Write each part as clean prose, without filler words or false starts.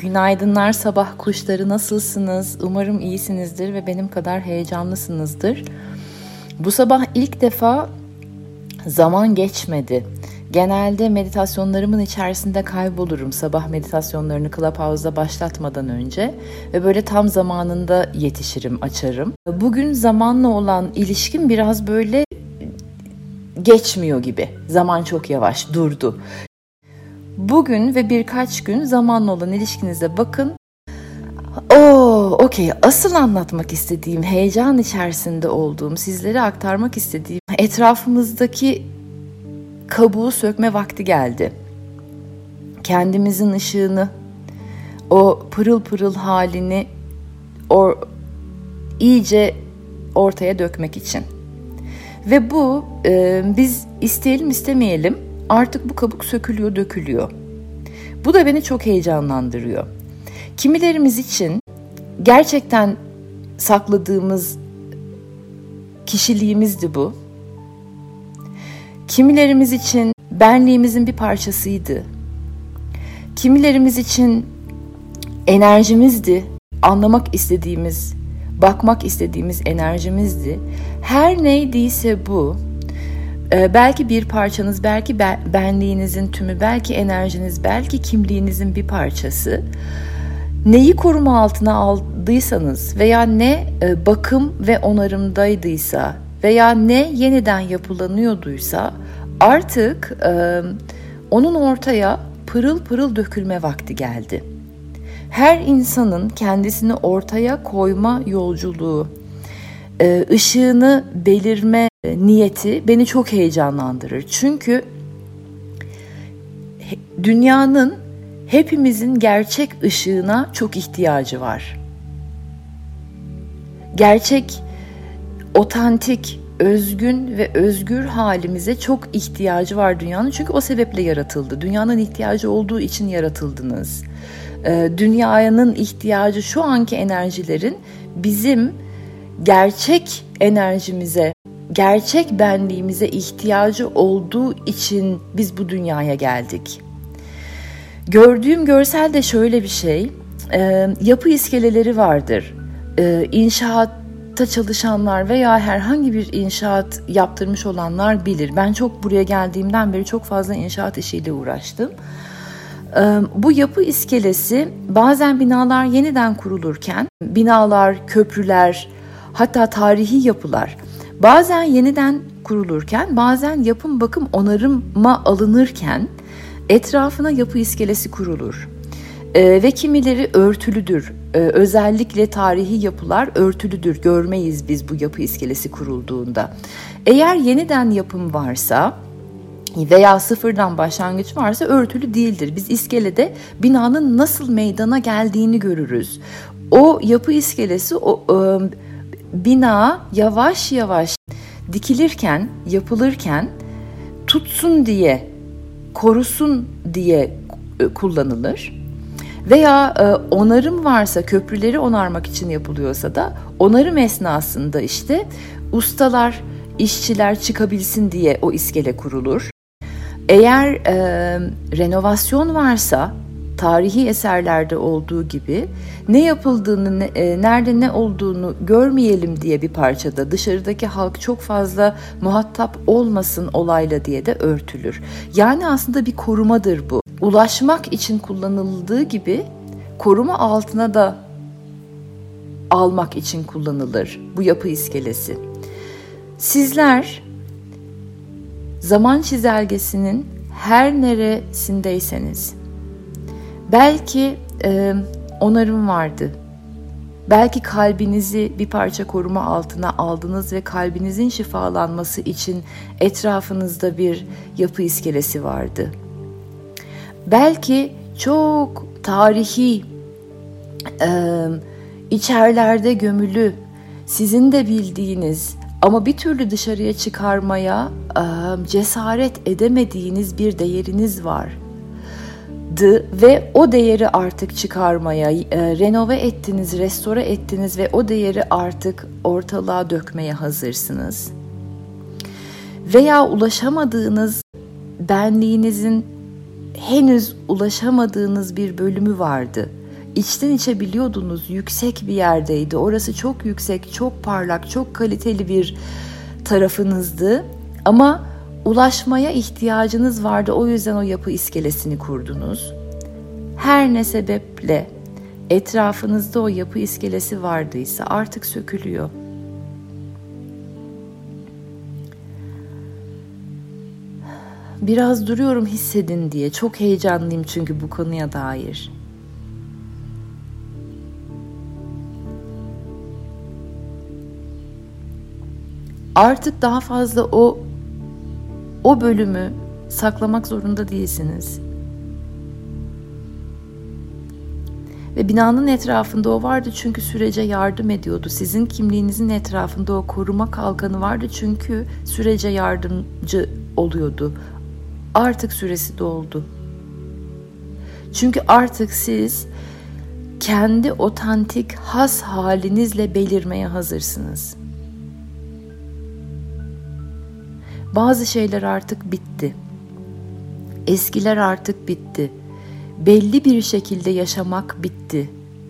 Günaydınlar sabah kuşları, nasılsınız? Umarım iyisinizdir ve benim kadar heyecanlısınızdır. Bu sabah ilk defa zaman geçmedi. Genelde meditasyonlarımın içerisinde kaybolurum sabah meditasyonlarını Clubhouse'da başlatmadan önce ve böyle tam zamanında yetişirim, açarım. Bugün zamanla olan ilişkim biraz böyle geçmiyor gibi. Zaman çok yavaş, durdu. Bugün ve birkaç gün zamanla olan ilişkinize bakın. Okey. Asıl anlatmak istediğim, heyecan içerisinde olduğum, sizlere aktarmak istediğim etrafımızdaki kabuğu sökme vakti geldi. Kendimizin ışığını, o pırıl pırıl halini iyice ortaya dökmek için. Ve bu biz isteyelim istemeyelim artık bu kabuk sökülüyor, dökülüyor. Bu da beni çok heyecanlandırıyor. Kimilerimiz için gerçekten sakladığımız kişiliğimizdi bu. Kimilerimiz için benliğimizin bir parçasıydı. Kimilerimiz için enerjimizdi, anlamak istediğimiz, bakmak istediğimiz enerjimizdi. Her neydiyse bu, belki bir parçanız, belki benliğinizin tümü, belki enerjiniz, belki kimliğinizin bir parçası. Neyi koruma altına aldıysanız veya ne bakım ve onarımdaydıysa veya ne yeniden yapılanıyorduysa artık onun ortaya pırıl pırıl dökülme vakti geldi. Her insanın kendisini ortaya koyma yolculuğu, ışığını belirme niyeti beni çok heyecanlandırır. Çünkü dünyanın hepimizin gerçek ışığına çok ihtiyacı var. Gerçek, otantik, özgün ve özgür halimize çok ihtiyacı var dünyanın. Çünkü o sebeple yaratıldı. Dünyanın ihtiyacı olduğu için yaratıldınız. Dünyanın ihtiyacı, şu anki enerjilerin bizim gerçek enerjimize, gerçek benliğimize ihtiyacı olduğu için biz bu dünyaya geldik. Gördüğüm görsel de şöyle bir şey, yapı iskeleleri vardır. İnşaatta çalışanlar veya herhangi bir inşaat yaptırmış olanlar bilir. Ben çok buraya geldiğimden beri çok fazla inşaat işiyle uğraştım. Bu yapı iskelesi bazen binalar yeniden kurulurken, binalar, köprüler, hatta tarihi yapılar bazen yeniden kurulurken, bazen yapım bakım onarıma alınırken etrafına yapı iskelesi kurulur. Ve kimileri örtülüdür. Özellikle tarihi yapılar örtülüdür. Görmeyiz biz bu yapı iskelesi kurulduğunda. Eğer yeniden yapım varsa veya sıfırdan başlangıç varsa örtülü değildir. Biz iskelede binanın nasıl meydana geldiğini görürüz. O yapı iskelesi, bina yavaş yavaş dikilirken, yapılırken tutsun diye, korusun diye kullanılır. Veya onarım varsa, köprüleri onarmak için yapılıyorsa da onarım esnasında işte ustalar, işçiler çıkabilsin diye o iskele kurulur. Eğer renovasyon varsa, tarihi eserlerde olduğu gibi ne yapıldığını, nerede ne olduğunu görmeyelim diye bir parçada dışarıdaki halk çok fazla muhatap olmasın olayla diye de örtülür. Yani aslında bir korumadır bu. Ulaşmak için kullanıldığı gibi koruma altına da almak için kullanılır bu yapı iskelesi. Sizler zaman çizelgesinin her neresindeyseniz, belki onarım vardı, belki kalbinizi bir parça koruma altına aldınız ve kalbinizin şifalanması için etrafınızda bir yapı iskelesi vardı. Belki çok tarihi, içerlerde gömülü, sizin de bildiğiniz ama bir türlü dışarıya çıkarmaya cesaret edemediğiniz bir değeriniz vardı ve o değeri artık çıkarmaya, renove ettiniz, restore ettiniz ve o değeri artık ortalığa dökmeye hazırsınız. Veya ulaşamadığınız benliğinizin henüz ulaşamadığınız bir bölümü vardı. içten içe biliyordunuz, yüksek bir yerdeydi. Orası çok yüksek, çok parlak, çok kaliteli bir tarafınızdı. Ama ulaşmaya ihtiyacınız vardı. O yüzden o yapı iskelesini kurdunuz. Her ne sebeple etrafınızda o yapı iskelesi vardıysa artık sökülüyor. Biraz duruyorum hissedin diye. Çok heyecanlıyım çünkü bu konuya dair. Artık daha fazla o bölümü saklamak zorunda değilsiniz. Ve binanın etrafında o vardı çünkü sürece yardım ediyordu. Sizin kimliğinizin etrafında o koruma kalkanı vardı çünkü sürece yardımcı oluyordu. Artık süresi doldu. Çünkü artık siz kendi otantik, has halinizle belirmeye hazırsınız. Bazı şeyler artık bitti. Eskiler artık bitti. Belli bir şekilde yaşamak bitti.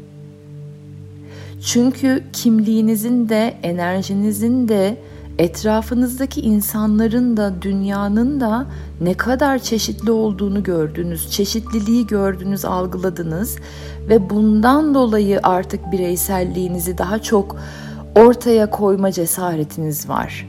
Çünkü kimliğinizin de, enerjinizin de, etrafınızdaki insanların da, dünyanın da ne kadar çeşitli olduğunu gördünüz. Çeşitliliği gördünüz, algıladınız ve bundan dolayı artık bireyselliğinizi daha çok ortaya koyma cesaretiniz var.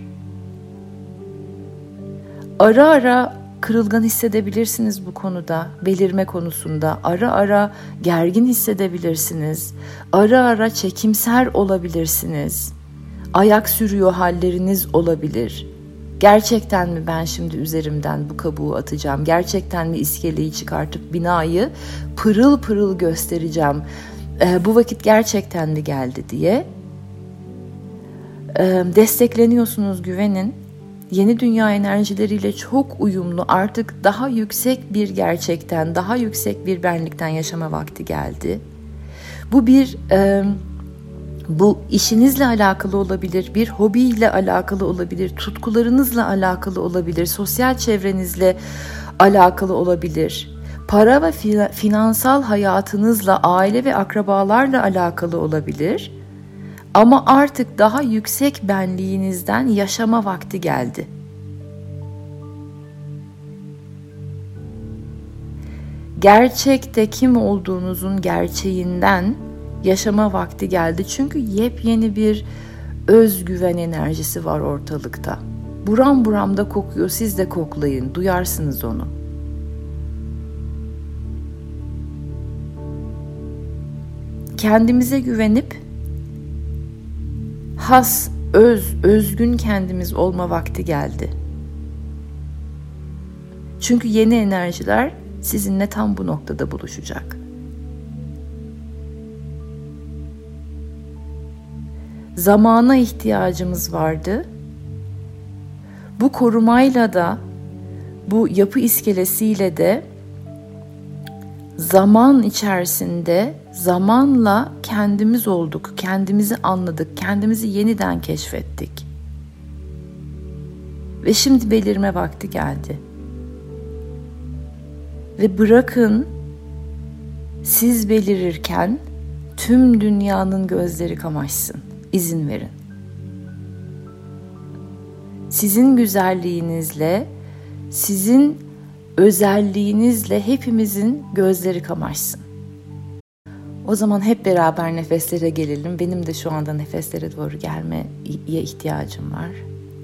Ara ara kırılgan hissedebilirsiniz bu konuda, belirme konusunda. Ara ara gergin hissedebilirsiniz. Ara ara çekimser olabilirsiniz. Ayak sürüyor halleriniz olabilir. Gerçekten mi ben şimdi üzerimden bu kabuğu atacağım? Gerçekten mi iskeleyi çıkartıp binayı pırıl pırıl göstereceğim? Bu vakit gerçekten mi geldi diye. Destekleniyorsunuz, güvenin. Yeni dünya enerjileriyle çok uyumlu, artık daha yüksek bir gerçekten, daha yüksek bir benlikten yaşama vakti geldi. Bu işinizle alakalı olabilir, bir hobiyle alakalı olabilir, tutkularınızla alakalı olabilir, sosyal çevrenizle alakalı olabilir. Para ve finansal hayatınızla, aile ve akrabalarla alakalı olabilir. Ama artık daha yüksek benliğinizden yaşama vakti geldi. Gerçekte kim olduğunuzun gerçeğinden yaşama vakti geldi. Çünkü yepyeni bir özgüven enerjisi var ortalıkta. Buram buram da kokuyor, siz de koklayın, duyarsınız onu. Kendimize güvenip has, özgün kendimiz olma vakti geldi. Çünkü yeni enerjiler sizinle tam bu noktada buluşacak. Zamana ihtiyacımız vardı. Bu korumayla da, bu yapı iskelesiyle de zaman içerisinde zamanla kendimiz olduk, kendimizi anladık, kendimizi yeniden keşfettik. Ve şimdi belirme vakti geldi. Ve bırakın siz belirirken tüm dünyanın gözleri kamaşsın. İzin verin. Sizin güzelliğinizle, sizin özelliğinizle hepimizin gözleri kamaşsın. O zaman hep beraber nefeslere gelelim. Benim de şu anda nefeslere doğru gelmeye ihtiyacım var.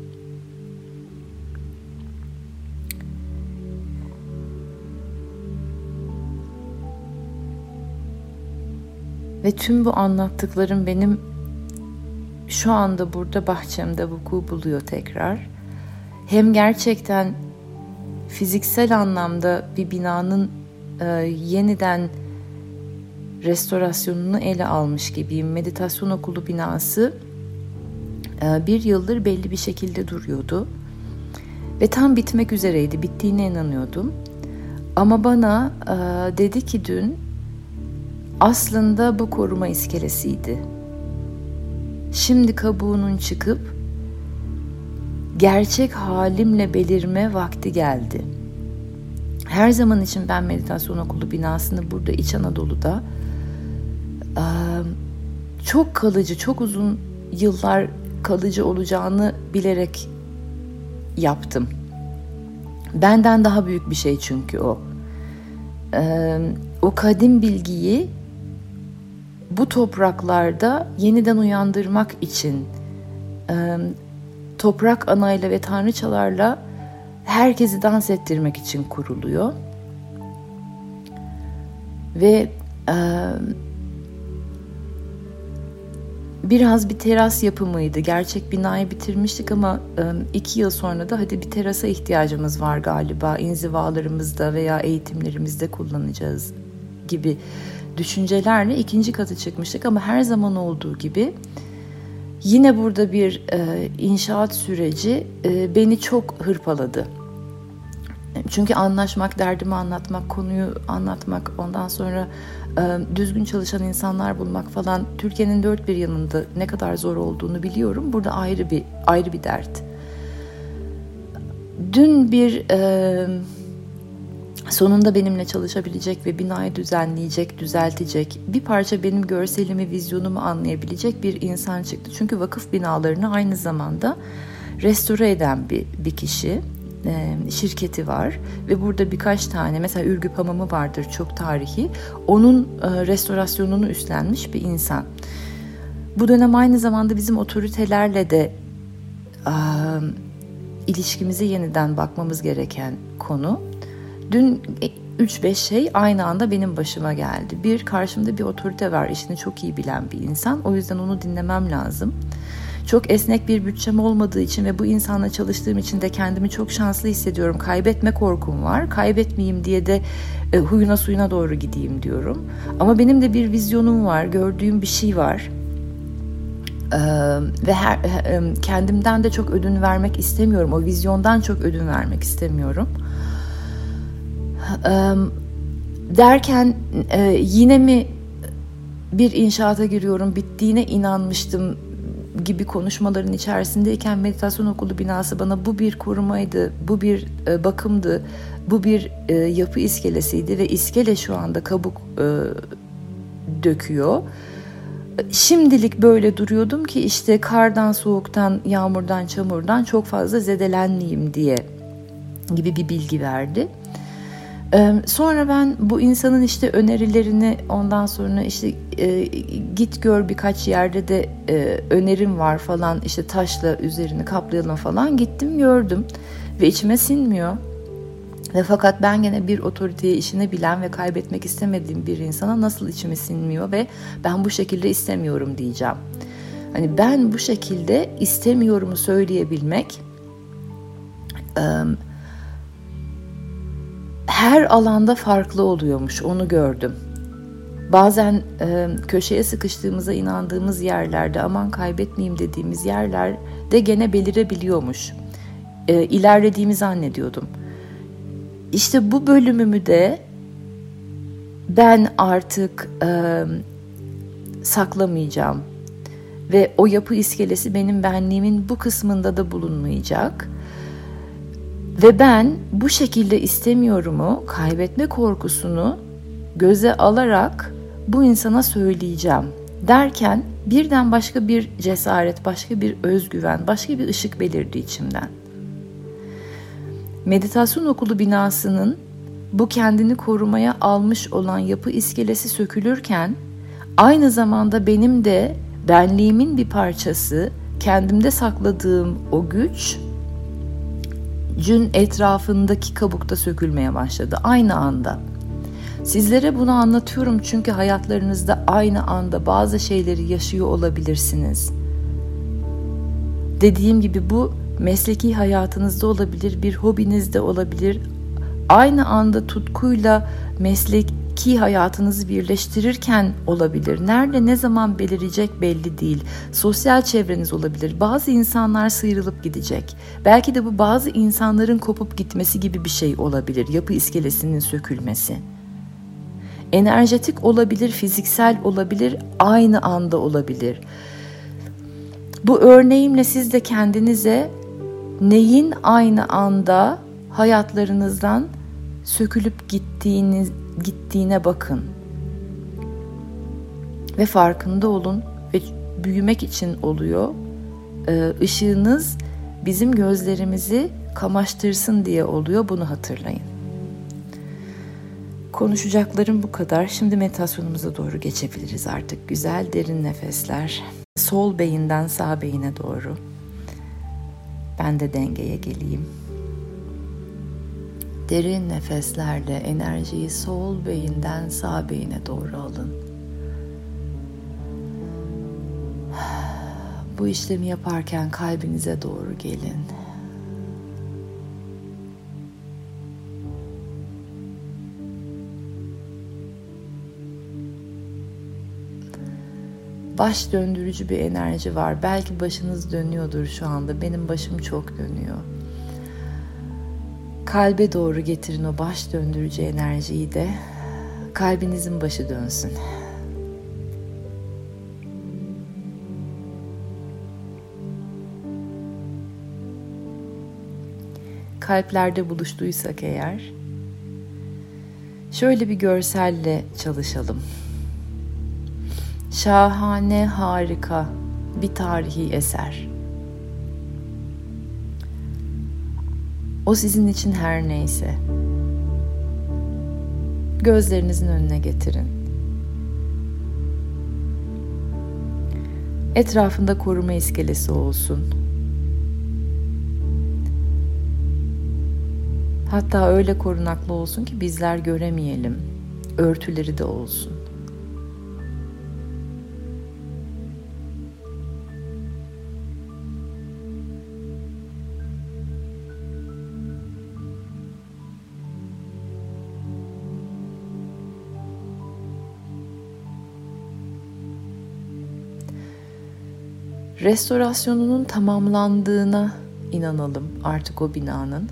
Ve tüm bu anlattıklarım benim şu anda burada bahçemde vuku buluyor tekrar. Hem gerçekten fiziksel anlamda bir binanın yeniden restorasyonunu ele almış gibiyim. Meditasyon okulu binası bir yıldır belli bir şekilde duruyordu. Ve tam bitmek üzereydi. Bittiğine inanıyordum. Ama bana dedi ki dün, aslında bu koruma iskelesiydi. Şimdi kabuğunun çıkıp gerçek halimle belirme vakti geldi. Her zaman için ben meditasyon okulu binasını burada İç Anadolu'da çok kalıcı, çok uzun yıllar kalıcı olacağını bilerek yaptım. Benden daha büyük bir şey çünkü o. O kadim bilgiyi bu topraklarda yeniden uyandırmak için toprak anayla ve tanrıçalarla herkesi dans ettirmek için kuruluyor. Ve biraz bir teras yapımıydı. Gerçek binayı bitirmiştik ama 2 yıl sonra da hadi bir terasa ihtiyacımız var galiba. İnzivalarımızda veya eğitimlerimizde kullanacağız gibi düşüncelerle 2. katı çıkmıştık. Ama her zaman olduğu gibi yine burada bir inşaat süreci beni çok hırpaladı. Çünkü anlaşmak, derdimi anlatmak, konuyu anlatmak, ondan sonra düzgün çalışan insanlar bulmak falan Türkiye'nin dört bir yanında ne kadar zor olduğunu biliyorum. Burada ayrı bir dert. Dün bir sonunda benimle çalışabilecek ve binayı düzenleyecek, düzeltecek, bir parça benim görselimi, vizyonumu anlayabilecek bir insan çıktı. Çünkü vakıf binalarını aynı zamanda restore eden bir kişi. Şirketi var ve burada birkaç tane, mesela Ürgüp Hamamı vardır, çok tarihi, onun restorasyonunu üstlenmiş bir insan. Bu dönem aynı zamanda bizim otoritelerle de ilişkimize yeniden bakmamız gereken konu. Dün 3-5 şey aynı anda benim başıma geldi. Bir, karşımda bir otorite var, işini çok iyi bilen bir insan, o yüzden onu dinlemem lazım. Çok esnek bir bütçem olmadığı için ve bu insanla çalıştığım için de kendimi çok şanslı hissediyorum. Kaybetme korkum var. Kaybetmeyeyim diye de huyuna suyuna doğru gideyim diyorum. Ama benim de bir vizyonum var. Gördüğüm bir şey var. Ve kendimden de çok ödün vermek istemiyorum. O vizyondan çok ödün vermek istemiyorum. Derken yine mi bir inşaata giriyorum, bittiğine inanmıştım gibi konuşmaların içerisindeyken meditasyon okulu binası bana bu bir korumaydı, bu bir bakımdı, bu bir yapı iskelesiydi ve iskele şu anda kabuk döküyor. Şimdilik böyle duruyordum ki işte kardan, soğuktan, yağmurdan, çamurdan çok fazla zedelenmeyeyim diye gibi bir bilgi verdi. Sonra ben bu insanın işte önerilerini, ondan sonra işte git gör birkaç yerde de önerim var falan, işte taşla üzerini kaplayalım falan, gittim gördüm ve içime sinmiyor. Ve fakat ben gene bir otoriteye, işini bilen ve kaybetmek istemediğim bir insana nasıl içime sinmiyor ve ben bu şekilde istemiyorum diyeceğim. Hani ben bu şekilde istemiyorumu söyleyebilmek her alanda farklı oluyormuş, onu gördüm. Bazen köşeye sıkıştığımıza inandığımız yerlerde, aman kaybetmeyeyim dediğimiz yerlerde gene belirebiliyormuş. İlerlediğimi zannediyordum. İşte bu bölümümü de ben artık saklamayacağım. Ve o yapı iskelesi benim benliğimin bu kısmında da bulunmayacak. Ve ben bu şekilde istemiyorumu, kaybetme korkusunu göze alarak bu insana söyleyeceğim derken birden başka bir cesaret, başka bir özgüven, başka bir ışık belirdi içimden. Meditasyon okulu binasının bu kendini korumaya almış olan yapı iskelesi sökülürken aynı zamanda benim de benliğimin bir parçası, kendimde sakladığım o güç cün etrafındaki kabukta sökülmeye başladı aynı anda. Sizlere bunu anlatıyorum çünkü hayatlarınızda aynı anda bazı şeyleri yaşıyor olabilirsiniz. Dediğim gibi bu mesleki hayatınızda olabilir, bir hobinizde olabilir. Aynı anda tutkuyla mesleki hayatınızı birleştirirken olabilir. Nerede, ne zaman belirecek belli değil. Sosyal çevreniz olabilir. Bazı insanlar sıyrılıp gidecek. Belki de bu bazı insanların kopup gitmesi gibi bir şey olabilir. Yapı iskelesinin sökülmesi. Enerjetik olabilir, fiziksel olabilir, aynı anda olabilir. Bu örneğimle siz de kendinize neyin aynı anda hayatlarınızdan sökülüp gittiğine bakın. Ve farkında olun ve büyümek için oluyor. Işığınız bizim gözlerimizi kamaştırsın diye oluyor, bunu hatırlayın. Konuşacaklarım bu kadar. Şimdi meditasyonumuza doğru geçebiliriz artık. Güzel derin nefesler. Sol beyinden sağ beyine doğru. Ben de dengeye geleyim. Derin nefeslerle enerjiyi sol beyinden sağ beyine doğru alın. Bu işlemi yaparken kalbinize doğru gelin. Baş döndürücü bir enerji var. Belki başınız dönüyordur şu anda. Benim başım çok dönüyor. Kalbe doğru getirin o baş döndürücü enerjiyi de. Kalbinizin başı dönsün. Kalplerde buluştuysak eğer, şöyle bir görselle çalışalım. Şahane, harika bir tarihi eser. O sizin için her neyse. Gözlerinizin önüne getirin. Etrafında koruma iskelesi olsun. Hatta öyle korunaklı olsun ki bizler göremeyelim. Örtüleri de olsun. Restorasyonunun tamamlandığına inanalım artık o binanın.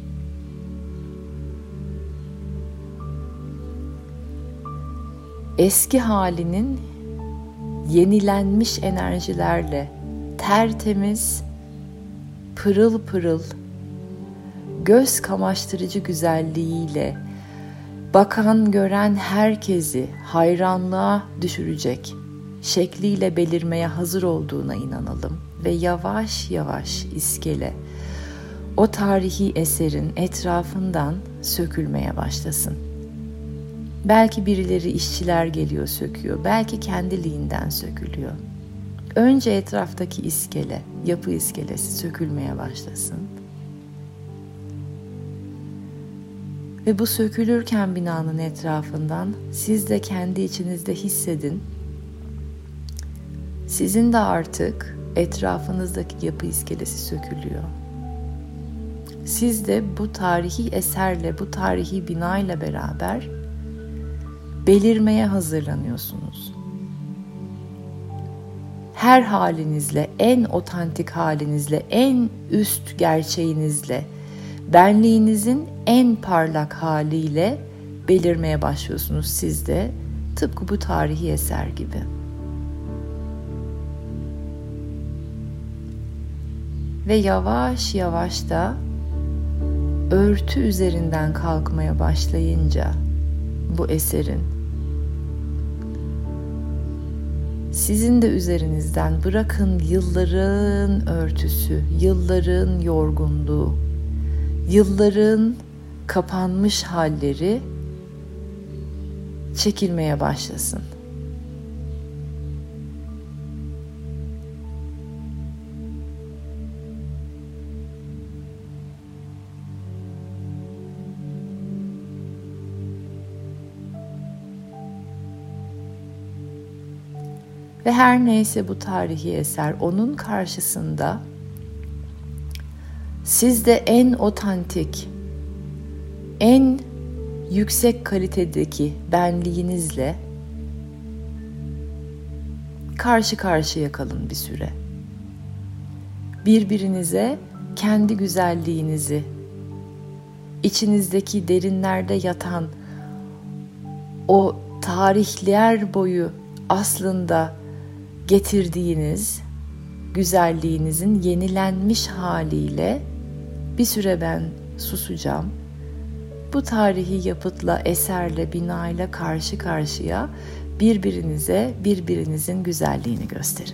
Eski halinin yenilenmiş enerjilerle, tertemiz, pırıl pırıl, göz kamaştırıcı güzelliğiyle, bakan gören herkesi hayranlığa düşürecek şekliyle belirmeye hazır olduğuna inanalım ve yavaş yavaş iskele o tarihi eserin etrafından sökülmeye başlasın. Belki birileri, işçiler geliyor söküyor, belki kendiliğinden sökülüyor. Önce etraftaki iskele, yapı iskelesi sökülmeye başlasın. Ve bu sökülürken binanın etrafından siz de kendi içinizde hissedin. Sizin de artık etrafınızdaki yapı iskelesi sökülüyor. Siz de bu tarihi eserle, bu tarihi binayla beraber belirmeye hazırlanıyorsunuz. Her halinizle, en otantik halinizle, en üst gerçeğinizle, benliğinizin en parlak haliyle belirmeye başlıyorsunuz siz de, tıpkı bu tarihi eser gibi. Ve yavaş yavaş da örtü üzerinden kalkmaya başlayınca bu eserin, sizin de üzerinizden bırakın yılların örtüsü, yılların yorgunluğu, yılların kapanmış halleri çekilmeye başlasın. Ve her neyse bu tarihi eser, onun karşısında siz de en otantik, en yüksek kalitedeki benliğinizle karşı karşıya kalın bir süre. Birbirinize kendi güzelliğinizi, içinizdeki derinlerde yatan o tarihler boyu aslında getirdiğiniz güzelliğinizin yenilenmiş haliyle bir süre ben susacağım. Bu tarihi yapıtla, eserle, binayla karşı karşıya Birbirinize birbirinizin güzelliğini gösterin.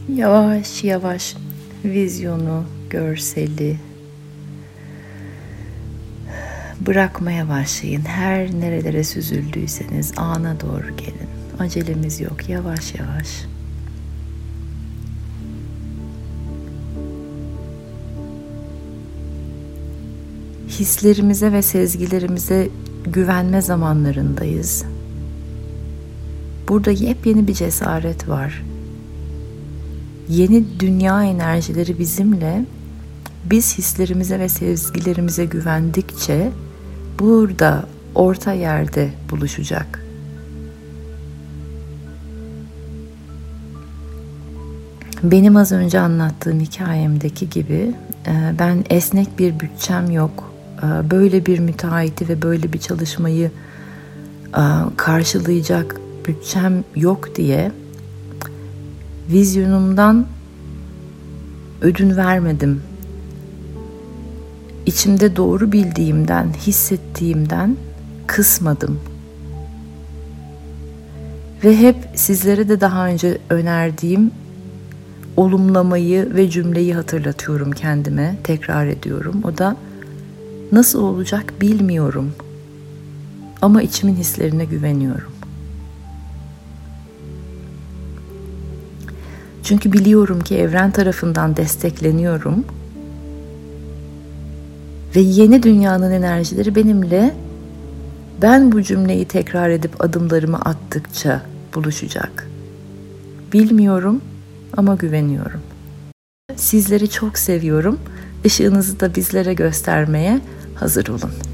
Yavaş yavaş vizyonu, görseli bırakmaya başlayın. Her nerelere süzüldüyseniz ana doğru gelin. Acelemiz yok, yavaş yavaş. Hislerimize ve sezgilerimize güvenme zamanlarındayız. Burada yepyeni bir cesaret var. Yeni dünya enerjileri bizimle, biz hislerimize ve sezgilerimize güvendikçe burada orta yerde buluşacak. Benim az önce anlattığım hikayemdeki gibi ben esnek bir bütçem yok. Böyle bir müteahhiti ve böyle bir çalışmayı karşılayacak bütçem yok diye vizyonumdan ödün vermedim. İçimde doğru bildiğimden, hissettiğimden kısmadım. Ve hep sizlere de daha önce önerdiğim olumlamayı ve cümleyi hatırlatıyorum kendime, tekrar ediyorum. O da nasıl olacak bilmiyorum ama içimin hislerine güveniyorum. Çünkü biliyorum ki evren tarafından destekleniyorum ve yeni dünyanın enerjileri benimle, ben bu cümleyi tekrar edip adımlarımı attıkça buluşacak. Bilmiyorum ama güveniyorum. Sizleri çok seviyorum. Işığınızı da bizlere göstermeye hazır olun.